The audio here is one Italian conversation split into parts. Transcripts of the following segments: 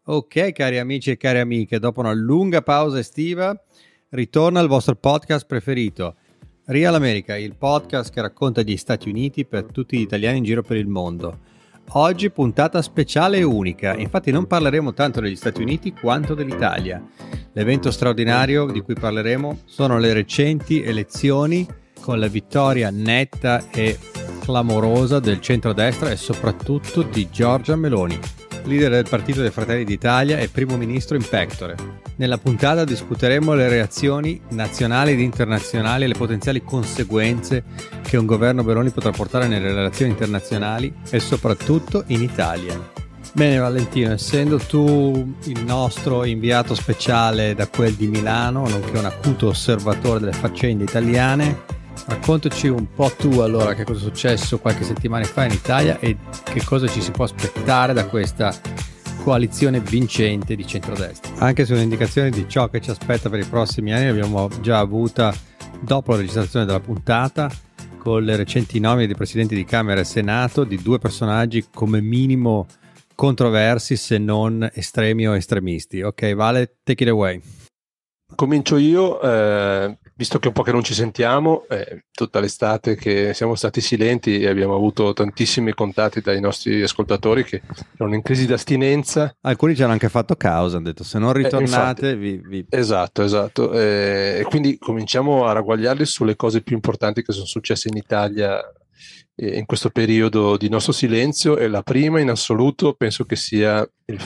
Ok, cari amici e cari amiche, dopo una lunga pausa estiva ritorna il vostro podcast preferito, Real America, il podcast che racconta gli Stati Uniti per tutti gli italiani in giro per il mondo. Oggi puntata speciale e unica, infatti non parleremo tanto degli Stati Uniti quanto dell'Italia. L'evento straordinario di cui parleremo sono le recenti elezioni con la vittoria netta e clamorosa del centrodestra e soprattutto di Giorgia Meloni, leader del Partito dei Fratelli d'Italia e primo ministro in pectore. Nella puntata discuteremo le reazioni nazionali ed internazionali e le potenziali conseguenze che un governo Meloni potrà portare nelle relazioni internazionali e soprattutto in Italia. Bene Valentino, essendo tu il nostro inviato speciale da quel di Milano, nonché un acuto osservatore delle faccende italiane, raccontaci un po' tu allora che cosa è successo qualche settimana fa in Italia e che cosa ci si può aspettare da questa coalizione vincente di centrodestra. Anche su un'indicazione di ciò che ci aspetta per i prossimi anni abbiamo già avuta dopo la registrazione della puntata con le recenti nomine di presidenti di Camera e Senato di due personaggi come minimo controversi se non estremi o estremisti. Ok, Vale, take it away. Comincio io, visto che è un po' che non ci sentiamo, tutta l'estate che siamo stati silenti e abbiamo avuto tantissimi contatti dai nostri ascoltatori che erano in crisi d'astinenza. Alcuni ci hanno anche fatto causa, hanno detto se non ritornate Esatto, e quindi cominciamo a ragguagliarli sulle cose più importanti che sono successe in Italia in questo periodo di nostro silenzio, e la prima in assoluto penso che sia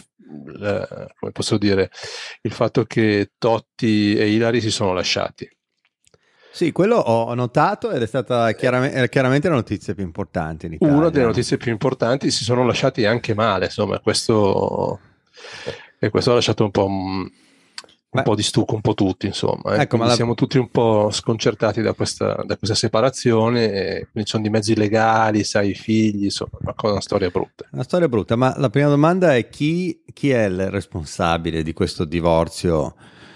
come posso dire, il fatto che Totti e Ilari si sono lasciati. Sì, quello ho notato ed è stata chiaramente la notizia più importante in Italia. Una delle notizie più importanti, si sono lasciati anche male, insomma, questo ha lasciato un po' di stucco un po' tutti, insomma. Ecco, siamo tutti un po' sconcertati da questa separazione, e quindi sono di mezzi legali, sai, i figli, insomma, una storia brutta. Una storia brutta, ma la prima domanda è chi è il responsabile di questo divorzio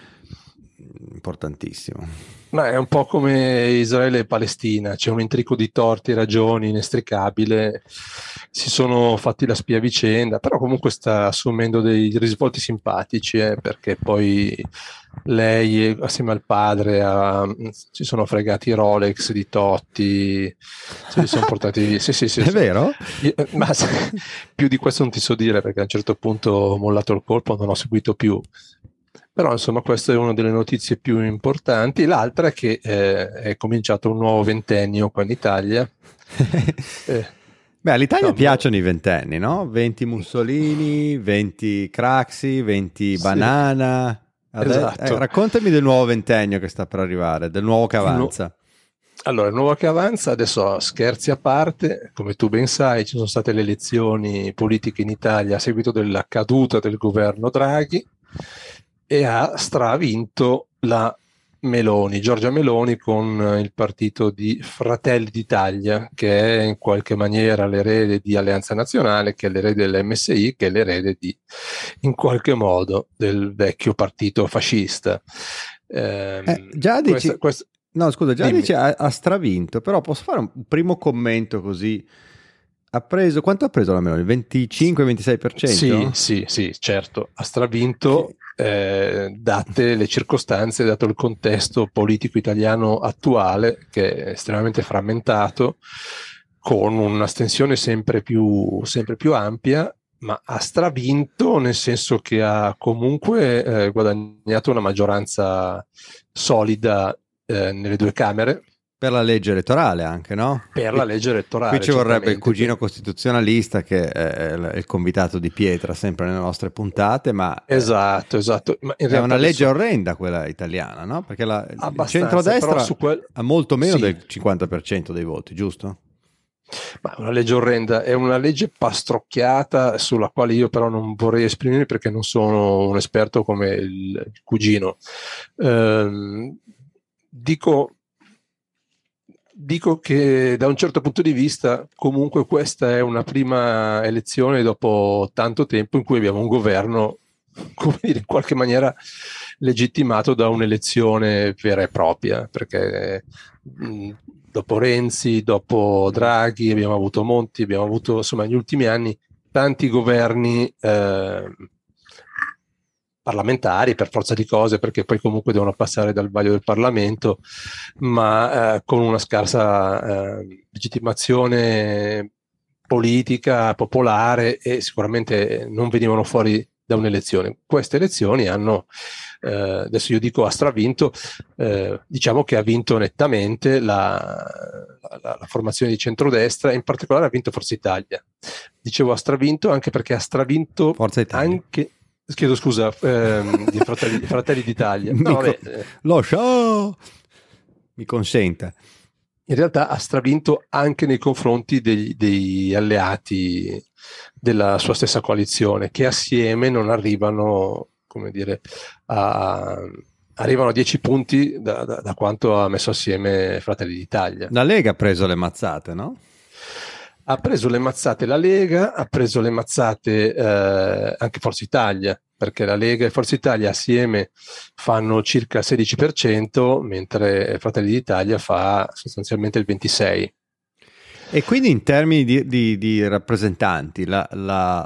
importantissimo? Ma è un po' come Israele e Palestina, c'è un intrico di torti e ragioni inestricabile, si sono fatti la spia a vicenda, però comunque sta assumendo dei risvolti simpatici, perché poi lei assieme al padre si sono fregati i Rolex di Totti, se li sono portati sì, è vero? Ma più di questo non ti so dire, perché a un certo punto ho mollato il colpo, non ho seguito più. Però insomma questa è una delle notizie più importanti. L'altra è che è cominciato un nuovo ventennio qua in Italia. Beh, all'Italia piacciono i ventenni, no? 20 Mussolini, 20 Craxi, 20 Banana. Esatto. Raccontami del nuovo ventennio che sta per arrivare, del nuovo che avanza. Allora, il nuovo che avanza, adesso scherzi a parte, come tu ben sai, ci sono state le elezioni politiche in Italia a seguito della caduta del governo Draghi, e ha stravinto la Meloni, Giorgia Meloni, con il partito di Fratelli d'Italia, che è in qualche maniera l'erede di Alleanza Nazionale, che è l'erede dell'MSI, che è l'erede in qualche modo del vecchio partito fascista. Già dici, no scusa, già dici ha stravinto, però posso fare un primo commento così? Quanto ha preso la Meloni? 25-26%? Sì, certo, ha stravinto. Date le circostanze, dato il contesto politico italiano attuale, che è estremamente frammentato, con un'astensione sempre più ampia, ma ha stravinto nel senso che ha comunque guadagnato una maggioranza solida nelle due Camere. Per la legge elettorale anche, no? Per la legge elettorale. Qui ci vorrebbe il cugino costituzionalista, che è il convitato di pietra sempre nelle nostre puntate, ma esatto. Ma in è una legge orrenda quella italiana, no? Perché il centrodestra ha molto meno del 50% dei voti, giusto? Ma una legge orrenda, è una legge pastrocchiata sulla quale io però non vorrei esprimermi, perché non sono un esperto come il cugino. Dico che da un certo punto di vista comunque questa è una prima elezione dopo tanto tempo in cui abbiamo un governo, come dire, in qualche maniera legittimato da un'elezione vera e propria, perché dopo Renzi, dopo Draghi, abbiamo avuto Monti, abbiamo avuto insomma negli ultimi anni tanti governi parlamentari per forza di cose, perché poi comunque devono passare dal vaglio del Parlamento, ma con una scarsa legittimazione politica, popolare, e sicuramente non venivano fuori da un'elezione. Queste elezioni hanno, adesso io dico ha stravinto, diciamo che ha vinto nettamente la formazione di centrodestra, in particolare ha vinto Forza Italia. Dicevo ha stravinto anche perché ha stravinto Forza Italia. anche, chiedo scusa, di Fratelli d'Italia. No, vabbè, lo so, mi consenta. In realtà ha stravinto anche nei confronti degli alleati della sua stessa coalizione, che assieme non arrivano, come dire, arrivano a 10 punti da quanto ha messo assieme Fratelli d'Italia. La Lega ha preso le mazzate, no? Ha preso le mazzate la Lega, ha preso le mazzate anche Forza Italia, perché la Lega e Forza Italia assieme fanno circa il 16%, mentre Fratelli d'Italia fa sostanzialmente il 26%. E quindi in termini di rappresentanti, la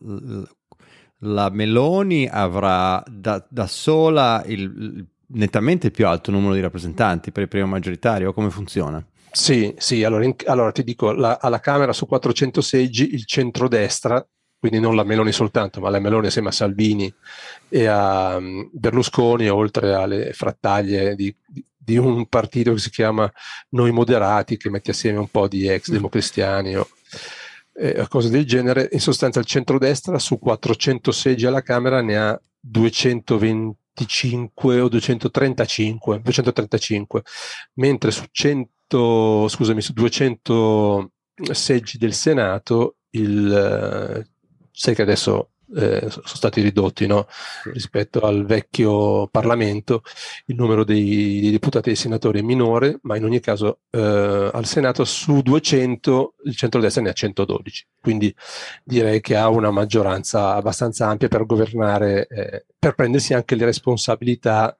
Meloni avrà da sola nettamente il più alto numero di rappresentanti per il premio maggioritario, o come funziona? Sì, allora ti dico, alla Camera su 400 seggi il centrodestra, quindi non la Meloni soltanto, ma la Meloni assieme a Salvini e a Berlusconi, oltre alle frattaglie di un partito che si chiama Noi Moderati, che mette assieme un po' di ex democristiani o cose del genere. In sostanza il centrodestra su 400 seggi alla Camera ne ha 225 o 235, mentre su 200 seggi del Senato, sai che adesso sono stati ridotti, no? Rispetto al vecchio Parlamento, il numero dei deputati e dei senatori è minore, ma in ogni caso al Senato su 200 il centrodestra ne ha 112, quindi direi che ha una maggioranza abbastanza ampia per governare, per prendersi anche le responsabilità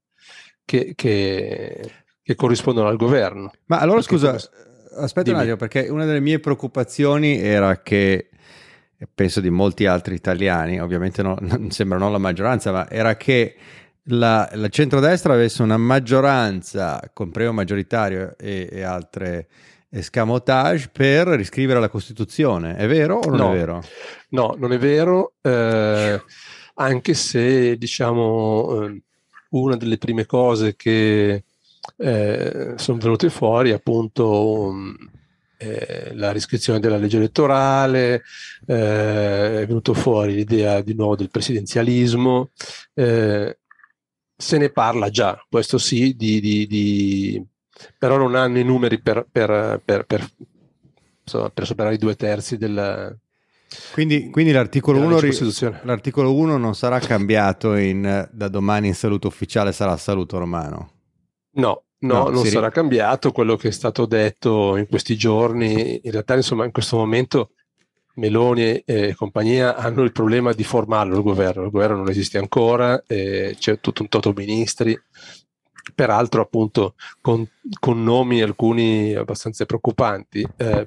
che corrispondono al governo. Ma allora scusa, aspetta un attimo, perché una delle mie preoccupazioni era che, penso di molti altri italiani, ovviamente non sembra non la maggioranza, ma era che la centrodestra avesse una maggioranza con premio maggioritario e altre escamotage per riscrivere la Costituzione. È vero o non è vero? No, non è vero, anche se diciamo una delle prime cose che sono venute fuori appunto la riscrizione della legge elettorale, è venuto fuori l'idea di nuovo del presidenzialismo, se ne parla già, questo sì, però non hanno i numeri per superare i 2/3 della... Quindi l'articolo 1 non sarà cambiato da domani in saluto ufficiale, sarà saluto romano? No, non sarà cambiato. Quello che è stato detto in questi giorni, in realtà insomma in questo momento Meloni e compagnia hanno il problema di formarlo il governo non esiste ancora, c'è tutto un toto ministri, peraltro appunto con nomi alcuni abbastanza preoccupanti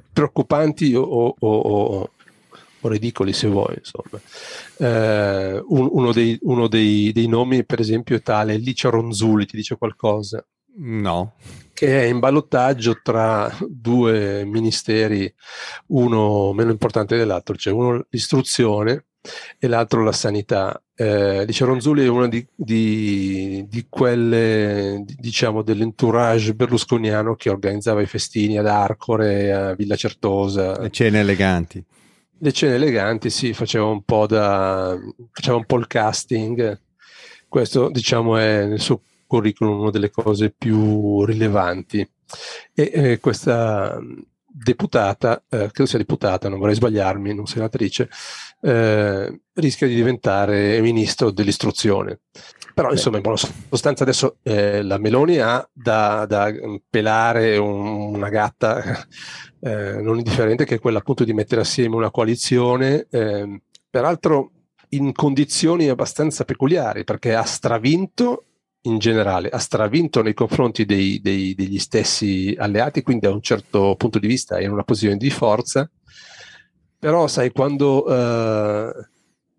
o ridicoli se vuoi, insomma. Uno dei nomi per esempio è tale Licia Ronzulli, ti dice qualcosa? No. Che è in ballottaggio tra due ministeri, uno meno importante dell'altro, cioè uno l'istruzione e l'altro la sanità. Licia Ronzulli è una di quelle, diciamo, dell'entourage berlusconiano che organizzava i festini ad Arcore, a Villa Certosa. Le cene eleganti. Le cene eleganti, sì, faceva un po' il casting. Questo, diciamo, è nel suo curriculum una delle cose più rilevanti. E questa deputata, credo sia deputata, non vorrei sbagliarmi, non senatrice, rischia di diventare ministro dell'istruzione. Però insomma, in buona sostanza adesso la Meloni ha da pelare una gatta non indifferente, che è quella appunto di mettere assieme una coalizione, peraltro in condizioni abbastanza peculiari, perché ha stravinto in generale, ha stravinto nei confronti degli stessi alleati, quindi da un certo punto di vista è in una posizione di forza, però sai, quando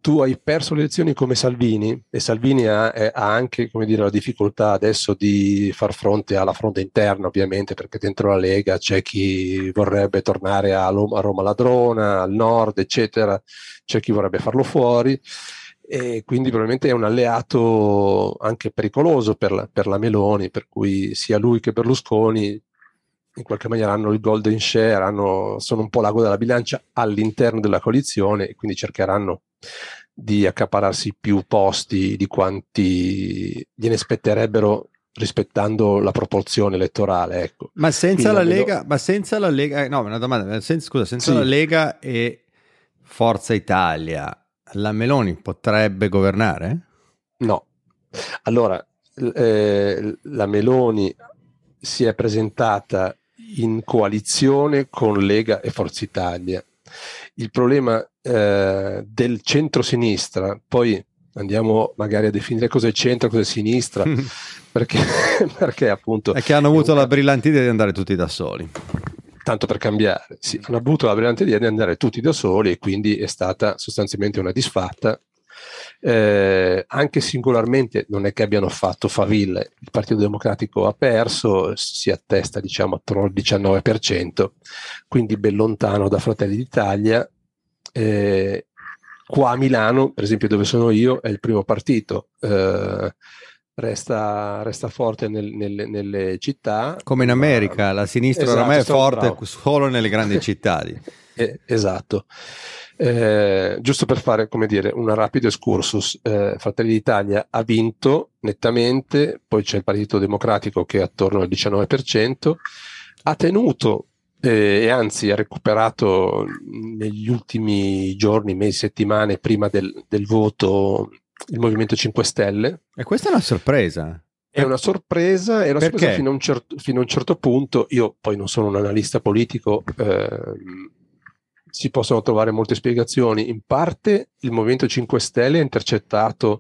tu hai perso le elezioni come Salvini, e Salvini ha anche, come dire, la difficoltà adesso di far fronte alla fronte interna, ovviamente, perché dentro la Lega c'è chi vorrebbe tornare a Roma ladrona, al nord, eccetera, c'è chi vorrebbe farlo fuori, e quindi probabilmente è un alleato anche pericoloso per la Meloni, per cui sia lui che Berlusconi in qualche maniera hanno il golden share, sono un po' l'ago della bilancia all'interno della coalizione, e quindi cercheranno di accapararsi più posti di quanti gliene spetterebbero rispettando la proporzione elettorale, ecco. Ma senza la Lega, no, una domanda, senza Sì. la Lega e Forza Italia, la Meloni potrebbe governare? No. Allora, la Meloni si è presentata in coalizione con Lega e Forza Italia. Il problema del centro-sinistra, poi andiamo magari a definire cosa è centro e cosa è sinistra, perché appunto... È che hanno avuto la brillante idea di andare tutti da soli. Tanto per cambiare, sì, hanno avuto la brillante idea di andare tutti da soli, e quindi è stata sostanzialmente una disfatta. Anche singolarmente non è che abbiano fatto faville, il Partito Democratico ha perso, si attesta diciamo attorno al 19%, quindi ben lontano da Fratelli d'Italia. Qua a Milano, per esempio, dove sono io, è il primo partito, resta forte nelle città. Come in America, la sinistra oramai è forte bravo. solo nelle grandi città. Esatto. Giusto per fare, come dire, un rapido excursus, Fratelli d'Italia ha vinto nettamente, poi c'è il Partito Democratico che è attorno al 19%, ha tenuto e anzi ha recuperato negli ultimi giorni, mesi, settimane prima del voto il Movimento 5 Stelle. E questa è una sorpresa. È una sorpresa fino a un certo punto. Io poi non sono un analista politico, si possono trovare molte spiegazioni. In parte il Movimento 5 Stelle ha intercettato,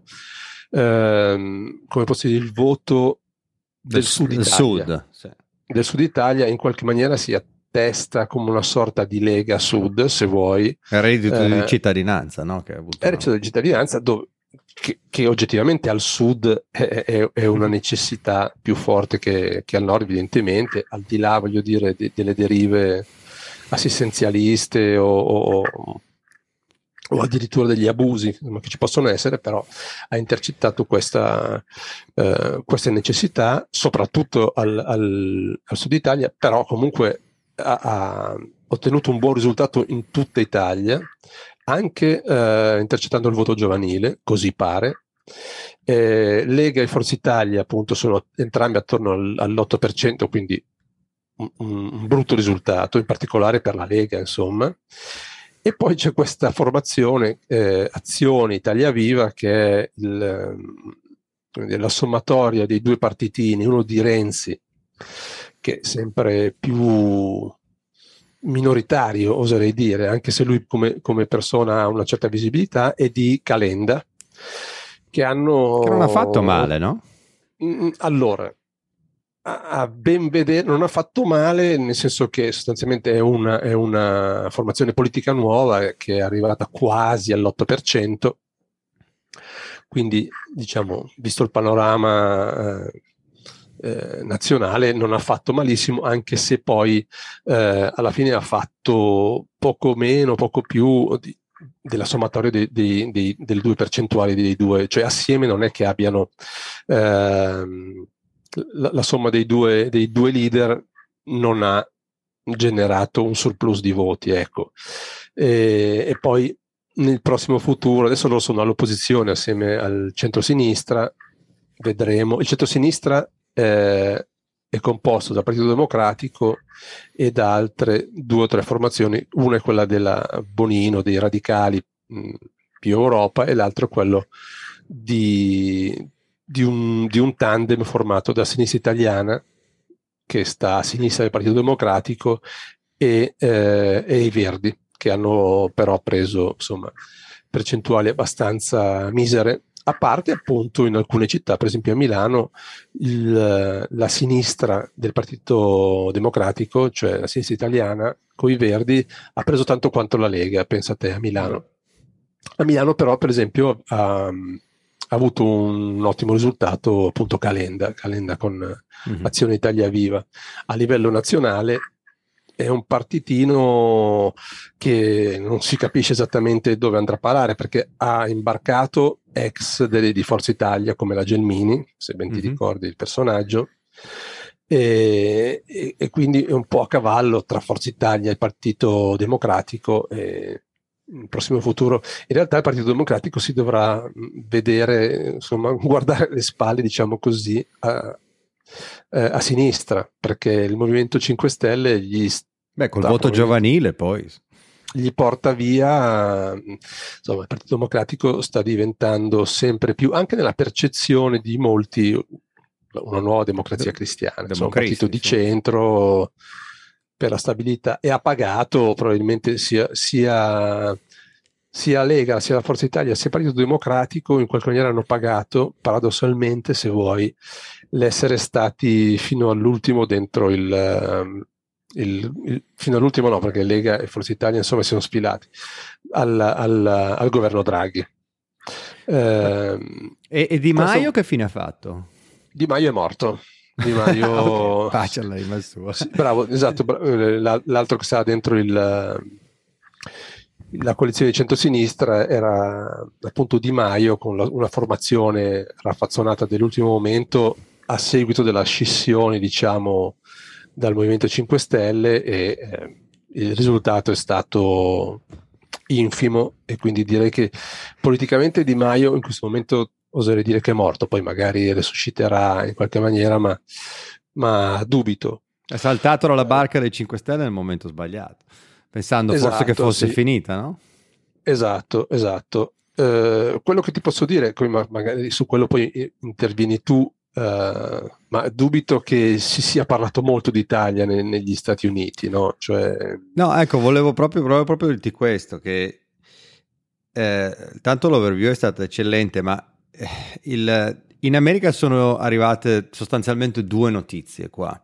come posso dire, il voto del Sud Italia. Del Sud Italia, in qualche maniera si attesta come una sorta di Lega Sud, se vuoi. Il reddito di cittadinanza, no? Che ha avuto, il reddito di cittadinanza, che oggettivamente al sud è una necessità più forte che al nord, evidentemente, al di là, voglio dire, delle derive assistenzialiste o addirittura degli abusi che ci possono essere, però ha intercettato questa necessità, soprattutto al sud Italia, però comunque ha ottenuto un buon risultato in tutta Italia, anche intercettando il voto giovanile, così pare. Lega e Forza Italia appunto sono entrambi attorno all'8%, quindi un brutto risultato, in particolare per la Lega, insomma. E poi c'è questa formazione Azione Italia Viva, che è la sommatoria dei due partitini, uno di Renzi, che è sempre più minoritario, oserei dire, anche se lui come persona ha una certa visibilità, e di Calenda, che non ha fatto male, no? Allora, a ben vedere non ha fatto male, nel senso che sostanzialmente è una formazione politica nuova che è arrivata quasi all'8%, quindi diciamo, visto il panorama nazionale, non ha fatto malissimo, anche se poi alla fine ha fatto poco meno, poco più della sommatoria delle due percentuali dei due, cioè assieme non è che abbiano la somma dei due leader non ha generato un surplus di voti, ecco. E poi nel prossimo futuro, adesso loro sono all'opposizione assieme al centro-sinistra, vedremo. Il centro-sinistra è composto dal Partito Democratico e da altre 2 o 3 formazioni. Una è quella della Bonino, dei radicali, più Europa, e l'altro è quello di un tandem formato da Sinistra Italiana, che sta a sinistra del Partito Democratico, e i Verdi, che hanno però preso insomma percentuali abbastanza misere, a parte appunto in alcune città, per esempio a Milano, la sinistra del Partito Democratico, cioè la sinistra italiana con i Verdi, ha preso tanto quanto la Lega, pensa te, a Milano. A Milano però, per esempio, ha avuto un ottimo risultato appunto Calenda con Azione Italia Viva. A livello nazionale è un partitino che non si capisce esattamente dove andrà a parare, perché ha imbarcato ex di Forza Italia come la Gelmini, se ben ti ricordi il personaggio, e quindi è un po' a cavallo tra Forza Italia e il Partito Democratico. Nel prossimo futuro, in realtà il Partito Democratico si dovrà vedere, insomma, guardare le spalle, diciamo così, a sinistra, perché il Movimento 5 Stelle col voto giovanile poi gli porta via, insomma, il Partito Democratico sta diventando sempre più, anche nella percezione di molti, una nuova democrazia cristiana, insomma, un partito di centro per la stabilità, e ha pagato probabilmente sia Lega, sia la Forza Italia, sia il Partito Democratico in qualche maniera hanno pagato, paradossalmente, se vuoi, l'essere stati fino all'ultimo dentro fino all'ultimo no, perché Lega e Forza Italia insomma si sono sfilati al governo Draghi. E Di Maio che fine ha fatto? Di Maio è morto. Di Maio pace all'anima sua. Sì, bravo, esatto, l'altro che stava dentro la coalizione di centrosinistra era appunto Di Maio, con una formazione raffazzonata dell'ultimo momento a seguito della scissione, diciamo, dal Movimento 5 Stelle, e il risultato è stato infimo, e quindi direi che politicamente Di Maio in questo momento oserei dire che è morto, poi magari resusciterà in qualche maniera, ma dubito. È saltato dalla barca dei 5 Stelle nel momento sbagliato, pensando forse che fosse finita, no? Esatto. Quello che ti posso dire, magari su quello poi intervieni tu, ma dubito che si sia parlato molto d'Italia negli Stati Uniti, no? No, ecco, volevo proprio dirti questo, che tanto l'overview è stato eccellente, ma in America sono arrivate sostanzialmente due notizie qua.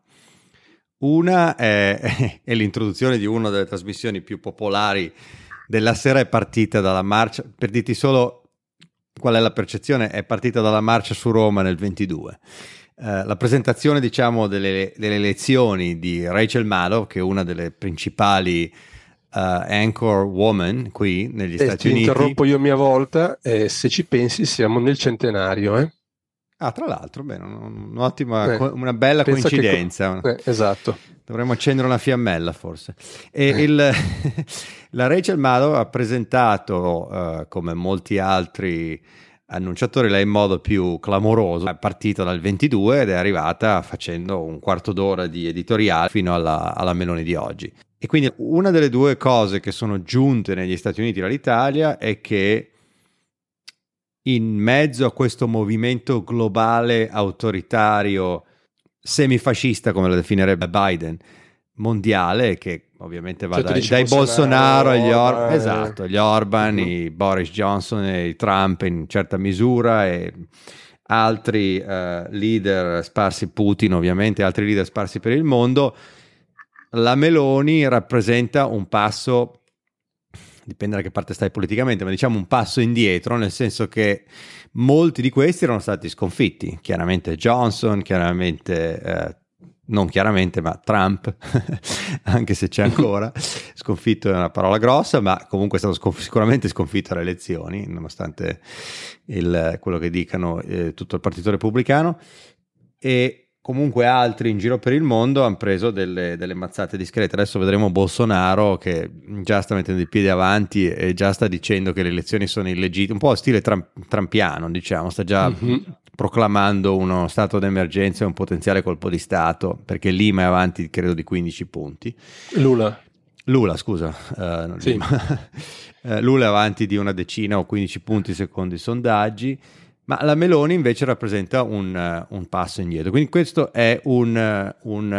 Una è l'introduzione di una delle trasmissioni più popolari della sera, è partita dalla marcia, per dirti solo qual è la percezione, è partita dalla marcia su Roma nel 22. La presentazione, diciamo, delle elezioni di Rachel Maddow, che è una delle principali anchor woman qui negli Stati Uniti. Interrompo io a mia volta, se ci pensi siamo nel centenario, tra l'altro, bene, un'ottima, una bella coincidenza. Esatto. Dovremmo accendere una fiammella forse. E la Rachel Maddow ha presentato, come molti altri annunciatori, lei in modo più clamoroso, è partita dal 22 ed è arrivata facendo un quarto d'ora di editoriale fino alla Meloni di oggi. E quindi una delle due cose che sono giunte negli Stati Uniti dall'Italia è che in mezzo a questo movimento globale autoritario semifascista, come lo definirebbe Biden, mondiale, che ovviamente va dai Bolsonaro agli Orban, esatto, gli Orban, i Boris Johnson e i Trump in certa misura, e altri leader sparsi, Putin ovviamente, altri leader sparsi per il mondo. La Meloni rappresenta un passo, dipende da che parte stai politicamente, ma diciamo un passo indietro, nel senso che molti di questi erano stati sconfitti. Chiaramente Johnson, non chiaramente, ma Trump, anche se c'è ancora, sconfitto è una parola grossa, ma comunque è stato sicuramente sconfitto alle elezioni, nonostante quello che dicano tutto il Partito Repubblicano. E comunque altri in giro per il mondo hanno preso delle mazzate discrete. Adesso vedremo Bolsonaro che già sta mettendo i piedi avanti e già sta dicendo che le elezioni sono illegittime, un po' stile trumpiano, diciamo, sta già proclamando uno stato d'emergenza e un potenziale colpo di stato, perché Lima è avanti credo di 15 punti. Lula, scusa, sì. Lula è avanti di una decina o 15 punti secondo i sondaggi. Ma la Meloni invece rappresenta un passo indietro. Quindi questo è un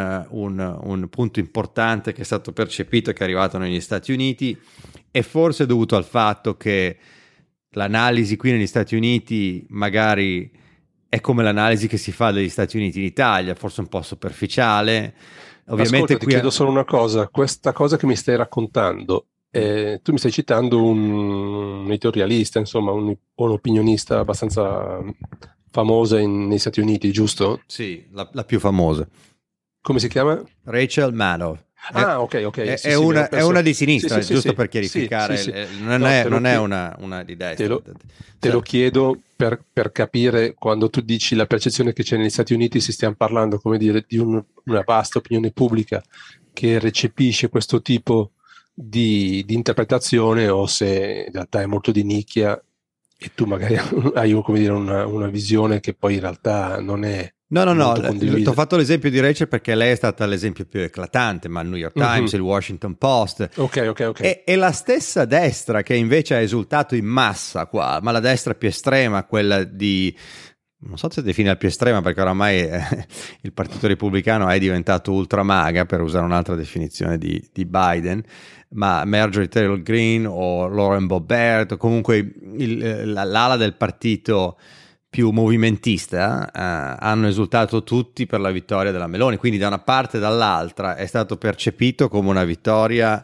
punto importante che è stato percepito e che è arrivato negli Stati Uniti, e forse è dovuto al fatto che l'analisi qui negli Stati Uniti magari è come l'analisi che si fa degli Stati Uniti in Italia, forse un po' superficiale. Ovviamente ascolta, ti chiedo solo una cosa, questa cosa che mi stai raccontando Tu mi stai citando un editorialista, insomma, un opinionista abbastanza famosa nei Stati Uniti, giusto? Sì, la più famosa. Come si chiama? Rachel Maddow. Ok. È una di sinistra, Sì, giusto per chiarificare, sì. non è una di destra. Te lo chiedo per capire, quando tu dici la percezione che c'è negli Stati Uniti, se stiamo parlando, come dire, di una vasta opinione pubblica che recepisce questo tipo di interpretazione, o se in realtà è molto di nicchia e tu magari hai come dire, una visione che poi in realtà non è No, molto ti condivisa. ho fatto l'esempio di Rachel perché lei è stata l'esempio più eclatante, ma il New York Times, il Washington Post. Ok. E la stessa destra che invece ha esultato in massa qua, ma la destra più estrema, quella di... non so se definire più estrema perché oramai il Partito Repubblicano è diventato ultramaga, per usare un'altra definizione di Biden, ma Marjorie Taylor Greene o Lauren Boebert, o comunque l'ala del partito più movimentista, hanno esultato tutti per la vittoria della Meloni, quindi da una parte e dall'altra è stato percepito come una vittoria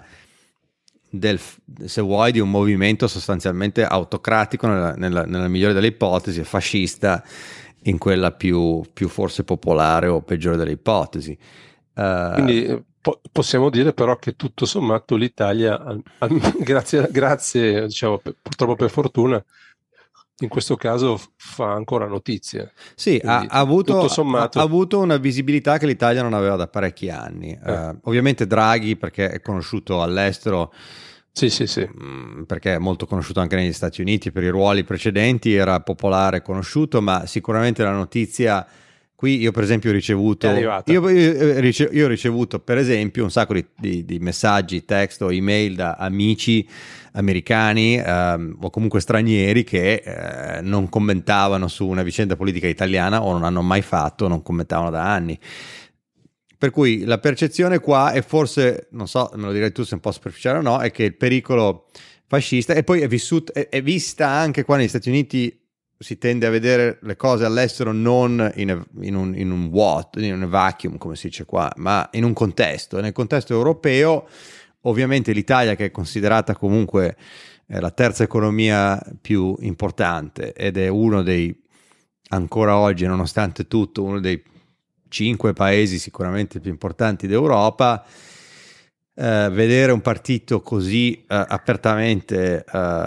se vuoi, di un movimento sostanzialmente autocratico nella migliore delle ipotesi, e fascista in quella più forse popolare o peggiore delle ipotesi. Quindi possiamo dire però che tutto sommato l'Italia, grazie diciamo, purtroppo per fortuna, in questo caso fa ancora notizia. Sì, ha sommato... avuto una visibilità che l'Italia non aveva da parecchi anni. Ovviamente Draghi, perché è conosciuto all'estero, sì. Perché è molto conosciuto anche negli Stati Uniti per i ruoli precedenti, era popolare, conosciuto, ma sicuramente la notizia... Qui io per esempio ho ricevuto, io ho ricevuto per esempio un sacco di messaggi, text o email da amici americani o comunque stranieri che non commentavano su una vicenda politica italiana, o non hanno mai fatto, non commentavano da anni. Per cui la percezione qua è forse, non so, me lo direi tu se è un po' superficiale o no, è che il pericolo fascista, e poi è vista anche qua negli Stati Uniti. Si tende a vedere le cose all'estero non in un vuoto, in un vacuum, come si dice qua, ma in un contesto. Nel contesto europeo, ovviamente l'Italia, che è considerata comunque la terza economia più importante ed è uno dei, ancora oggi, nonostante tutto, uno dei 5 paesi sicuramente più importanti d'Europa, vedere un partito così apertamente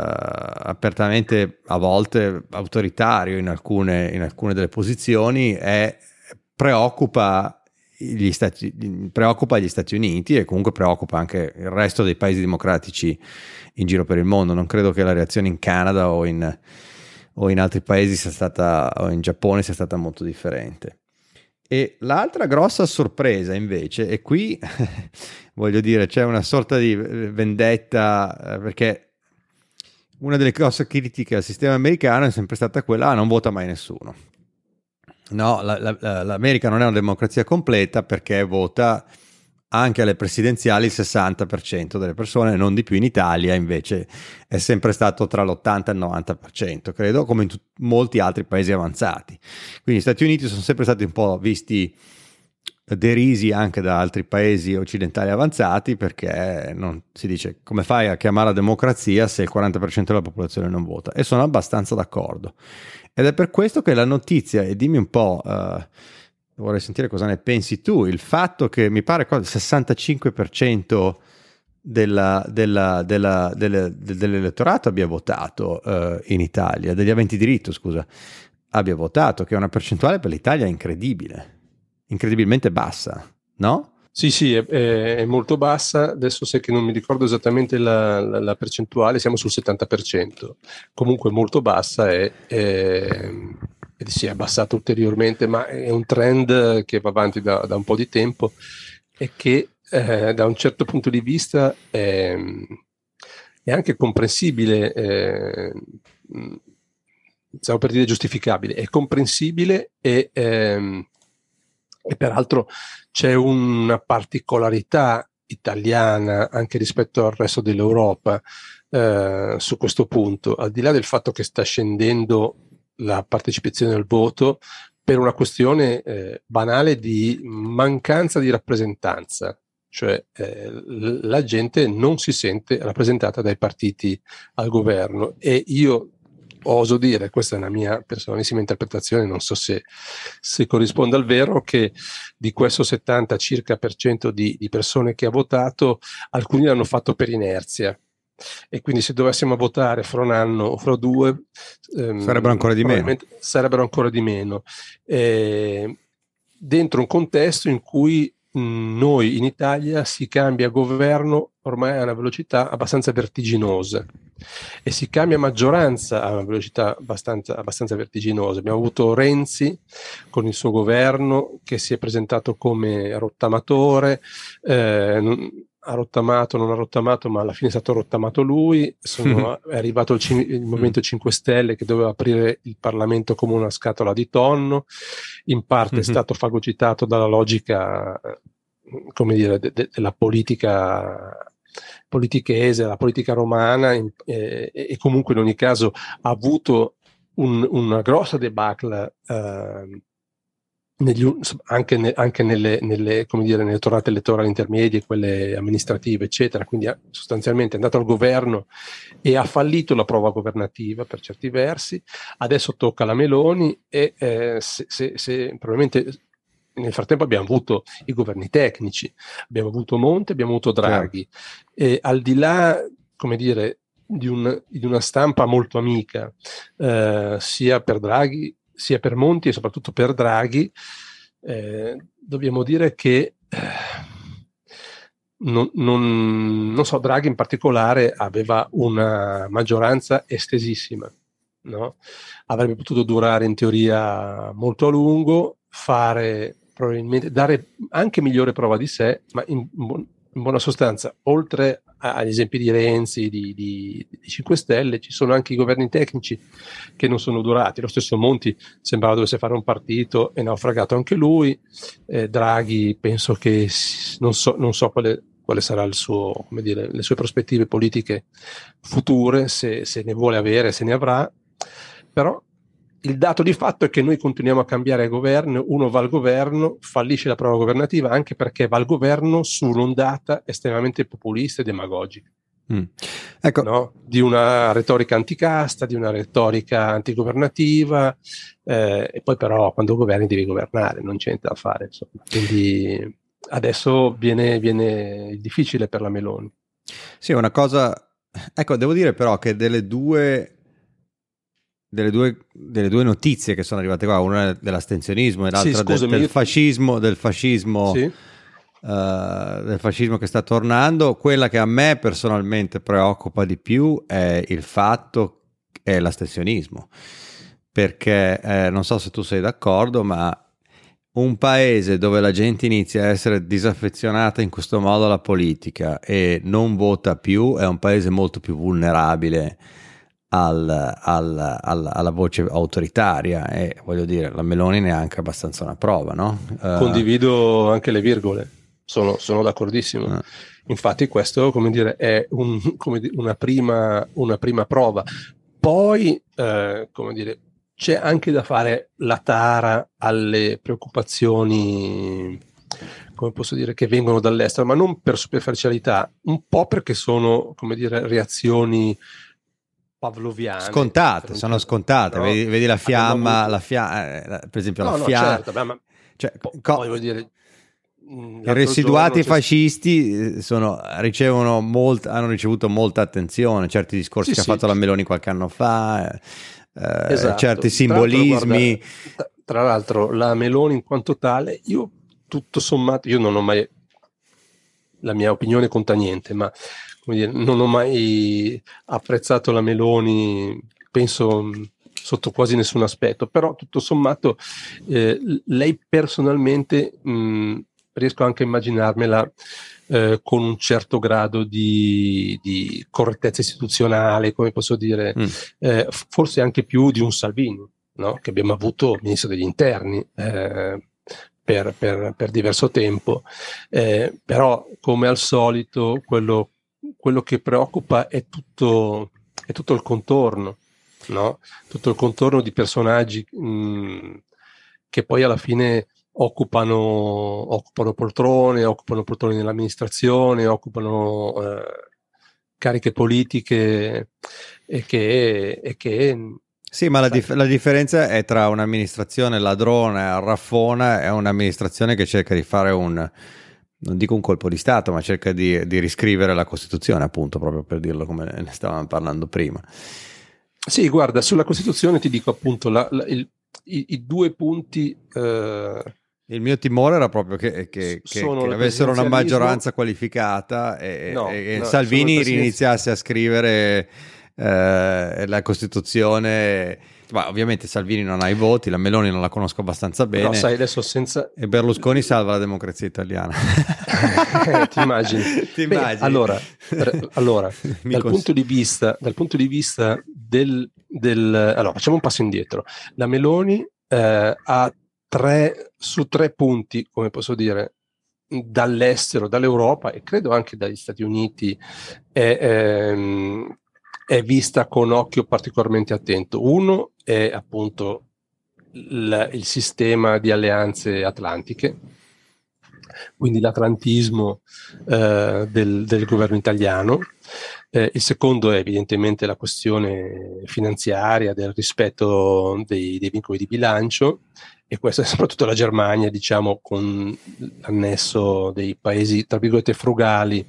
a volte autoritario in alcune delle posizioni preoccupa gli Stati Uniti, e comunque preoccupa anche il resto dei paesi democratici in giro per il mondo. Non credo che la reazione in Canada o in altri paesi sia stata, o in Giappone, sia stata molto differente. E l'altra grossa sorpresa invece, e qui voglio dire c'è una sorta di vendetta, perché una delle grosse critiche al sistema americano è sempre stata quella: non vota mai nessuno. No, l'America non è una democrazia completa perché vota anche alle presidenziali il 60% delle persone, non di più. In Italia invece è sempre stato tra l'80 e il 90%, credo, come in molti altri paesi avanzati. Quindi gli Stati Uniti sono sempre stati un po' visti derisi anche da altri paesi occidentali avanzati, perché non si dice: come fai a chiamarla democrazia se il 40% della popolazione non vota? E sono abbastanza d'accordo, ed è per questo che la notizia, e dimmi un po', vorrei sentire cosa ne pensi tu, il fatto che mi pare il 65% dell'elettorato abbia votato in Italia, degli aventi diritto, scusa, abbia votato, che è una percentuale per l'Italia incredibilmente bassa, no? Sì, è molto bassa. Adesso sai che non mi ricordo esattamente la percentuale, siamo sul 70%, comunque molto bassa, e si è abbassato ulteriormente, ma è un trend che va avanti da un po' di tempo, e che da un certo punto di vista è anche comprensibile, stavo per dire giustificabile, è comprensibile, e peraltro c'è una particolarità italiana anche rispetto al resto dell'Europa su questo punto, al di là del fatto che sta scendendo la partecipazione al voto per una questione banale di mancanza di rappresentanza cioè la gente non si sente rappresentata dai partiti al governo, e io oso dire, questa è una mia personalissima interpretazione, non so se corrisponde al vero, che di questo 70 circa per cento di persone che ha votato, alcuni l'hanno fatto per inerzia, e quindi se dovessimo votare fra un anno o fra due, sarebbero ancora di meno. Sarebbero ancora di meno, dentro un contesto in cui noi in Italia si cambia governo ormai a una velocità abbastanza vertiginosa, e si cambia maggioranza a una velocità abbastanza vertiginosa. Abbiamo avuto Renzi con il suo governo che si è presentato come rottamatore, ha rottamato, non ha rottamato, ma alla fine è stato rottamato lui. È arrivato il Movimento 5 Stelle che doveva aprire il Parlamento come una scatola di tonno, in parte è stato fagocitato dalla logica, come dire, della politichese, la politica romana, e comunque in ogni caso ha avuto una grossa debacle anche nelle come dire, nelle tornate elettorali intermedie, quelle amministrative, eccetera. Quindi sostanzialmente è andato al governo e ha fallito la prova governativa per certi versi. Adesso tocca alla Meloni, e se probabilmente nel frattempo abbiamo avuto i governi tecnici, abbiamo avuto Monti, abbiamo avuto Draghi, e al di là, come dire, di una stampa molto amica, sia per Draghi sia per Monti e soprattutto per Draghi, dobbiamo dire che non so, Draghi in particolare aveva una maggioranza estesissima, no? Avrebbe potuto durare in teoria molto a lungo, probabilmente dare anche migliore prova di sé, ma in buona sostanza, oltre agli esempi di Renzi, di 5 Stelle, ci sono anche i governi tecnici che non sono durati. Lo stesso Monti sembrava dovesse fare un partito e naufragato anche lui. Draghi penso che non so quale sarà il suo, come dire, le sue prospettive politiche future, se ne vuole avere, se ne avrà. Però il dato di fatto è che noi continuiamo a cambiare governo, uno va al governo, fallisce la prova governativa anche perché va al governo su un'ondata estremamente populista e demagogica. Ecco. No? Di una retorica anticasta, di una retorica antigovernativa, e poi però quando governi devi governare, non c'è niente da fare, insomma. Quindi adesso viene difficile per la Meloni. Sì, una cosa, ecco, devo dire però che delle due notizie che sono arrivate qua, una dell'astensionismo e l'altra del fascismo, sì. Del fascismo che sta tornando, quella che a me personalmente preoccupa di più è il fatto è l'astensionismo, perché non so se tu sei d'accordo, ma un paese dove la gente inizia a essere disaffezionata in questo modo alla politica e non vota più è un paese molto più vulnerabile alla voce autoritaria, e voglio dire, la Meloni ne è anche abbastanza una prova, no? Condivido anche le virgole, sono d'accordissimo. Infatti questo, come dire, è una prima prova. Poi, come dire, c'è anche da fare la tara alle preoccupazioni, come posso dire, che vengono dall'estero, ma non per superficialità, un po' perché sono, come dire, reazioni pavloviane. Scontate, sono scontate, no? Vedi la fiamma, per esempio la fiamma. Certo, beh, ma cioè, voglio dire, i residuati fascisti hanno ricevuto molta attenzione, certi discorsi che ha fatto la Meloni qualche anno fa, esatto. Certi simbolismi. Tra l'altro la Meloni in quanto tale, io tutto sommato, io non ho mai, la mia opinione conta niente, ma come dire, non ho mai apprezzato la Meloni, penso, sotto quasi nessun aspetto, però tutto sommato lei personalmente riesco anche a immaginarmela con un certo grado di correttezza istituzionale, come posso dire, forse anche più di un Salvini, no? Che abbiamo avuto ministro degli interni per diverso tempo, però come al solito quello che preoccupa è tutto il contorno, no? Tutto il contorno di personaggi che poi alla fine occupano poltrone nell'amministrazione, occupano cariche politiche e che Sì, ma la differenza è tra un'amministrazione ladrona, raffona, e un'amministrazione che cerca di fare non dico un colpo di Stato, ma cerca di riscrivere la Costituzione, appunto, proprio per dirlo come ne stavamo parlando prima. Sì, guarda, sulla Costituzione ti dico appunto i due punti. Il mio timore era proprio che avessero una maggioranza qualificata e Salvini riniziasse a scrivere la Costituzione. Ma ovviamente Salvini non ha i voti, la Meloni non la conosco abbastanza bene. Però sai, adesso e Berlusconi salva la democrazia italiana. Ti immagini? Beh, allora dal punto di vista allora, facciamo un passo indietro. La Meloni ha 3 su 3 punti, come posso dire, dall'estero, dall'Europa e credo anche dagli Stati Uniti, è vista con occhio particolarmente attento. Uno è appunto il sistema di alleanze atlantiche, quindi l'atlantismo del governo italiano. Il secondo è evidentemente la questione finanziaria, del rispetto dei vincoli di bilancio, e questa è soprattutto la Germania, diciamo, con l'annesso dei paesi tra virgolette frugali,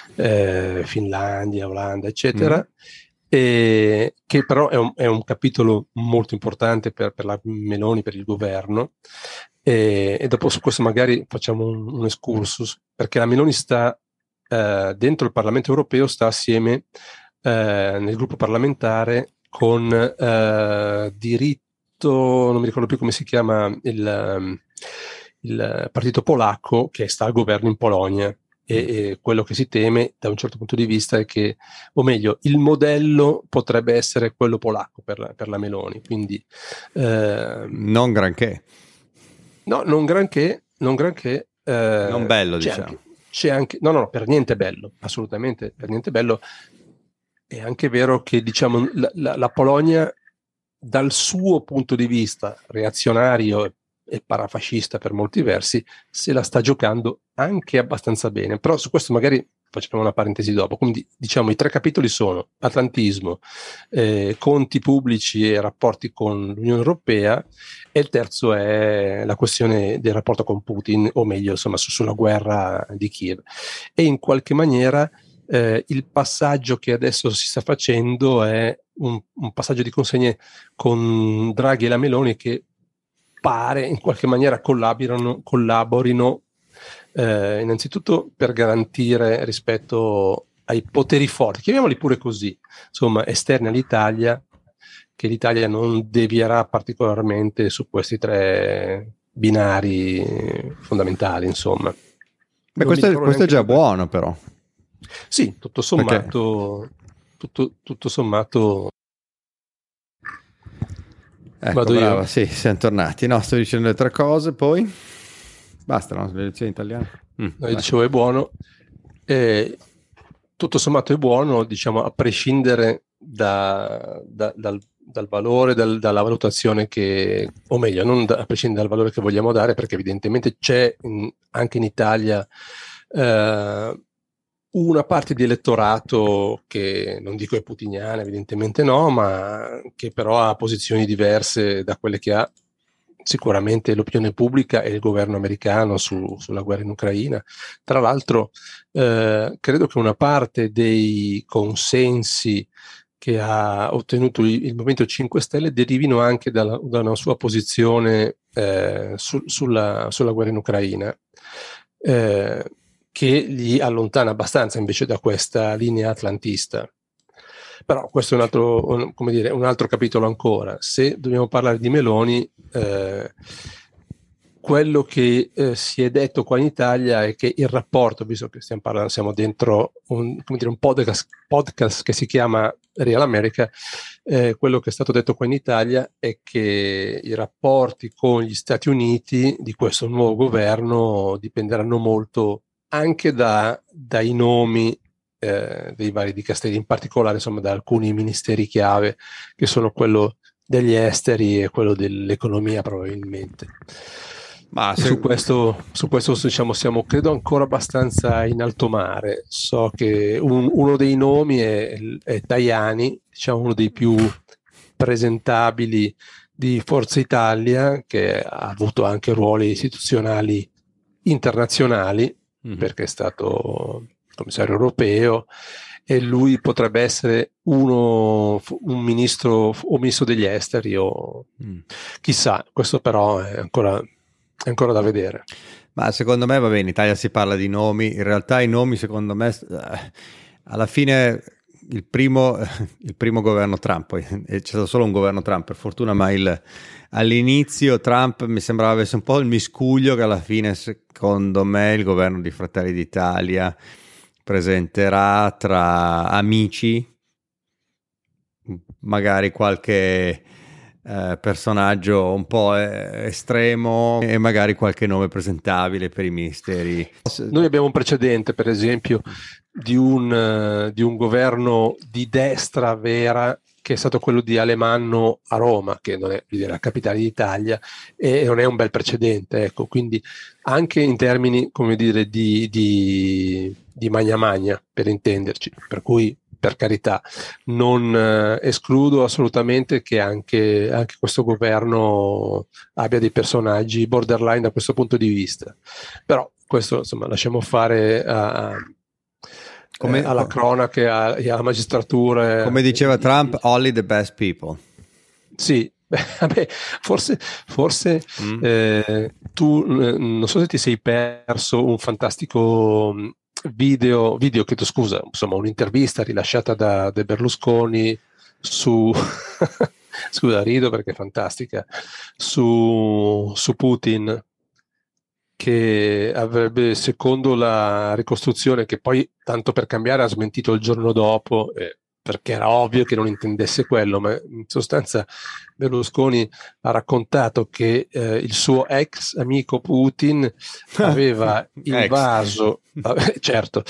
Finlandia, Olanda, eccetera. Che però è un capitolo molto importante per la Meloni, per il governo, e dopo su questo magari facciamo un excursus, perché la Meloni sta dentro il Parlamento europeo, sta assieme nel gruppo parlamentare con diritto, non mi ricordo più come si chiama, il partito polacco che sta al governo in Polonia. E quello che si teme da un certo punto di vista è che, o meglio, il modello potrebbe essere quello polacco per la Meloni, quindi non granché. No, non granché. Non bello, diciamo. C'è anche, no, per niente bello, assolutamente per niente bello. È anche vero che, diciamo, la Polonia, dal suo punto di vista reazionario e parafascista per molti versi, se la sta giocando anche abbastanza bene, però su questo magari facciamo una parentesi dopo. Quindi diciamo i 3 capitoli sono atlantismo, conti pubblici e rapporti con l'Unione Europea, e il terzo è la questione del rapporto con Putin, o meglio insomma sulla guerra di Kiev. E in qualche maniera il passaggio che adesso si sta facendo è un passaggio di consegne con Draghi e la Meloni che pare in qualche maniera collaborino innanzitutto per garantire rispetto ai poteri forti, chiamiamoli pure così, insomma, esterni all'Italia, che l'Italia non devierà particolarmente su questi 3 binari fondamentali, insomma. Beh, questo è già buono, però. Sì, tutto sommato. Tutto sommato. Ecco, brava, sì, siamo tornati. No, sto dicendo le 3 cose, poi basta, no? Le elezioni italiane. Io dicevo è buono. Tutto sommato è buono, diciamo, a prescindere dal valore, dalla valutazione che, o meglio, non a prescindere dal valore che vogliamo dare, perché evidentemente c'è anche in Italia una parte di elettorato che non dico è putiniana, evidentemente no, ma che però ha posizioni diverse da quelle che ha sicuramente l'opinione pubblica e il governo americano sulla guerra in Ucraina. Tra l'altro credo che una parte dei consensi che ha ottenuto il Movimento 5 Stelle derivino anche da una sua posizione sulla guerra in Ucraina, che li allontana abbastanza invece da questa linea atlantista. Però questo è un altro capitolo ancora. Se dobbiamo parlare di Meloni, quello che si è detto qua in Italia è che il rapporto, visto che siamo dentro un podcast che si chiama Real America, quello che è stato detto qua in Italia è che i rapporti con gli Stati Uniti di questo nuovo governo dipenderanno molto anche dai nomi dei vari dicasteri, in particolare insomma da alcuni ministeri chiave, che sono quello degli esteri e quello dell'economia probabilmente. Ma Su questo diciamo, siamo credo ancora abbastanza in alto mare. So che uno dei nomi è Tajani, diciamo uno dei più presentabili di Forza Italia, che ha avuto anche ruoli istituzionali internazionali, perché è stato commissario europeo, e lui potrebbe essere un ministro o ministro degli esteri o chissà, questo però è ancora da vedere. Ma secondo me va bene, in Italia si parla di nomi, in realtà i nomi secondo me alla fine il primo governo Trump, poi c'è stato solo un governo Trump per fortuna, ma all'inizio Trump mi sembrava avesse un po' il miscuglio che alla fine secondo me il governo di Fratelli d'Italia presenterà tra amici magari qualche personaggio un po' estremo e magari qualche nome presentabile per i ministeri. Noi abbiamo un precedente, per esempio, di un governo di destra vera, che è stato quello di Alemanno a Roma, che non è la capitale d'Italia, e non è un bel precedente, ecco. Quindi anche in termini, come dire, di magna magna, per intenderci, per cui per carità, non escludo assolutamente che anche questo governo abbia dei personaggi borderline da questo punto di vista. Però questo, insomma, lasciamo fare alla cronaca e alla magistratura. Come diceva Trump, only the best people. Sì, vabbè, forse tu non so se ti sei perso un fantastico video, chiedo scusa, insomma, un'intervista rilasciata da Berlusconi su scusa, rido perché è fantastica, su Putin, che avrebbe, secondo la ricostruzione, che poi tanto per cambiare ha smentito il giorno dopo, perché era ovvio che non intendesse quello, ma in sostanza Berlusconi ha raccontato che il suo ex amico Putin aveva invaso, certo,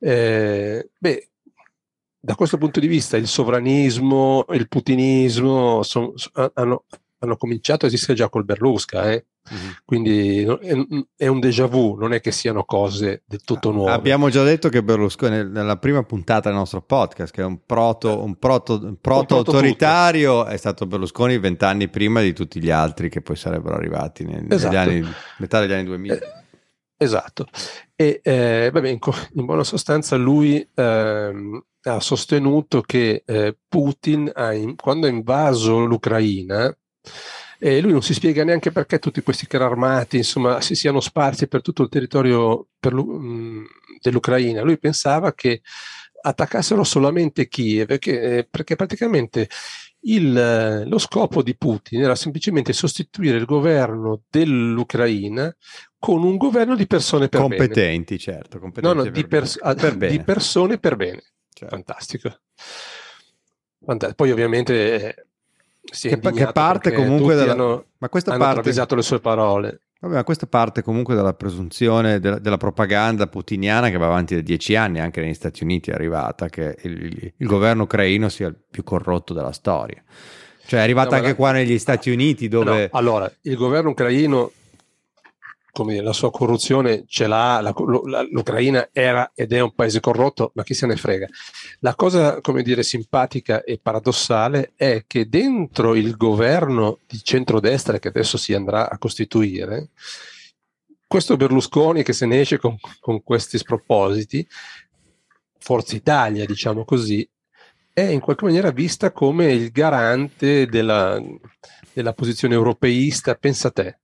da questo punto di vista il sovranismo, il putinismo hanno cominciato a esistere già col Berlusca, quindi è un déjà vu, non è che siano cose del tutto nuove. Abbiamo già detto che Berlusconi nella prima puntata del nostro podcast, che è un proto autoritario, è stato Berlusconi 20 anni prima di tutti gli altri che poi sarebbero arrivati metà degli anni 2000. Esatto. E vabbè, in buona sostanza lui ha sostenuto che Putin quando ha invaso l'Ucraina, lui non si spiega neanche perché tutti questi carri armati, insomma, si siano sparsi per tutto il territorio dell'Ucraina. Lui pensava che attaccassero solamente Kiev, perché praticamente lo scopo di Putin era semplicemente sostituire il governo dell'Ucraina con un governo di persone per competenti, bene. Certo, competenti di persone per bene. Certo. Fantastico. Poi ovviamente che parte comunque hanno travisato le sue parole. Vabbè, ma questa parte comunque dalla presunzione della propaganda putiniana che va avanti da 10 anni, anche negli Stati Uniti è arrivata, che il governo ucraino sia il più corrotto della storia. Cioè è arrivata anche qua negli Stati Uniti dove... No, allora, il governo ucraino, come dire, la sua corruzione ce l'ha, l'Ucraina era ed è un paese corrotto, ma chi se ne frega. La cosa, come dire, simpatica e paradossale è che dentro il governo di centrodestra che adesso si andrà a costituire, questo Berlusconi che se ne esce con questi spropositi, Forza Italia, diciamo così, è in qualche maniera vista come il garante della posizione europeista, pensa te.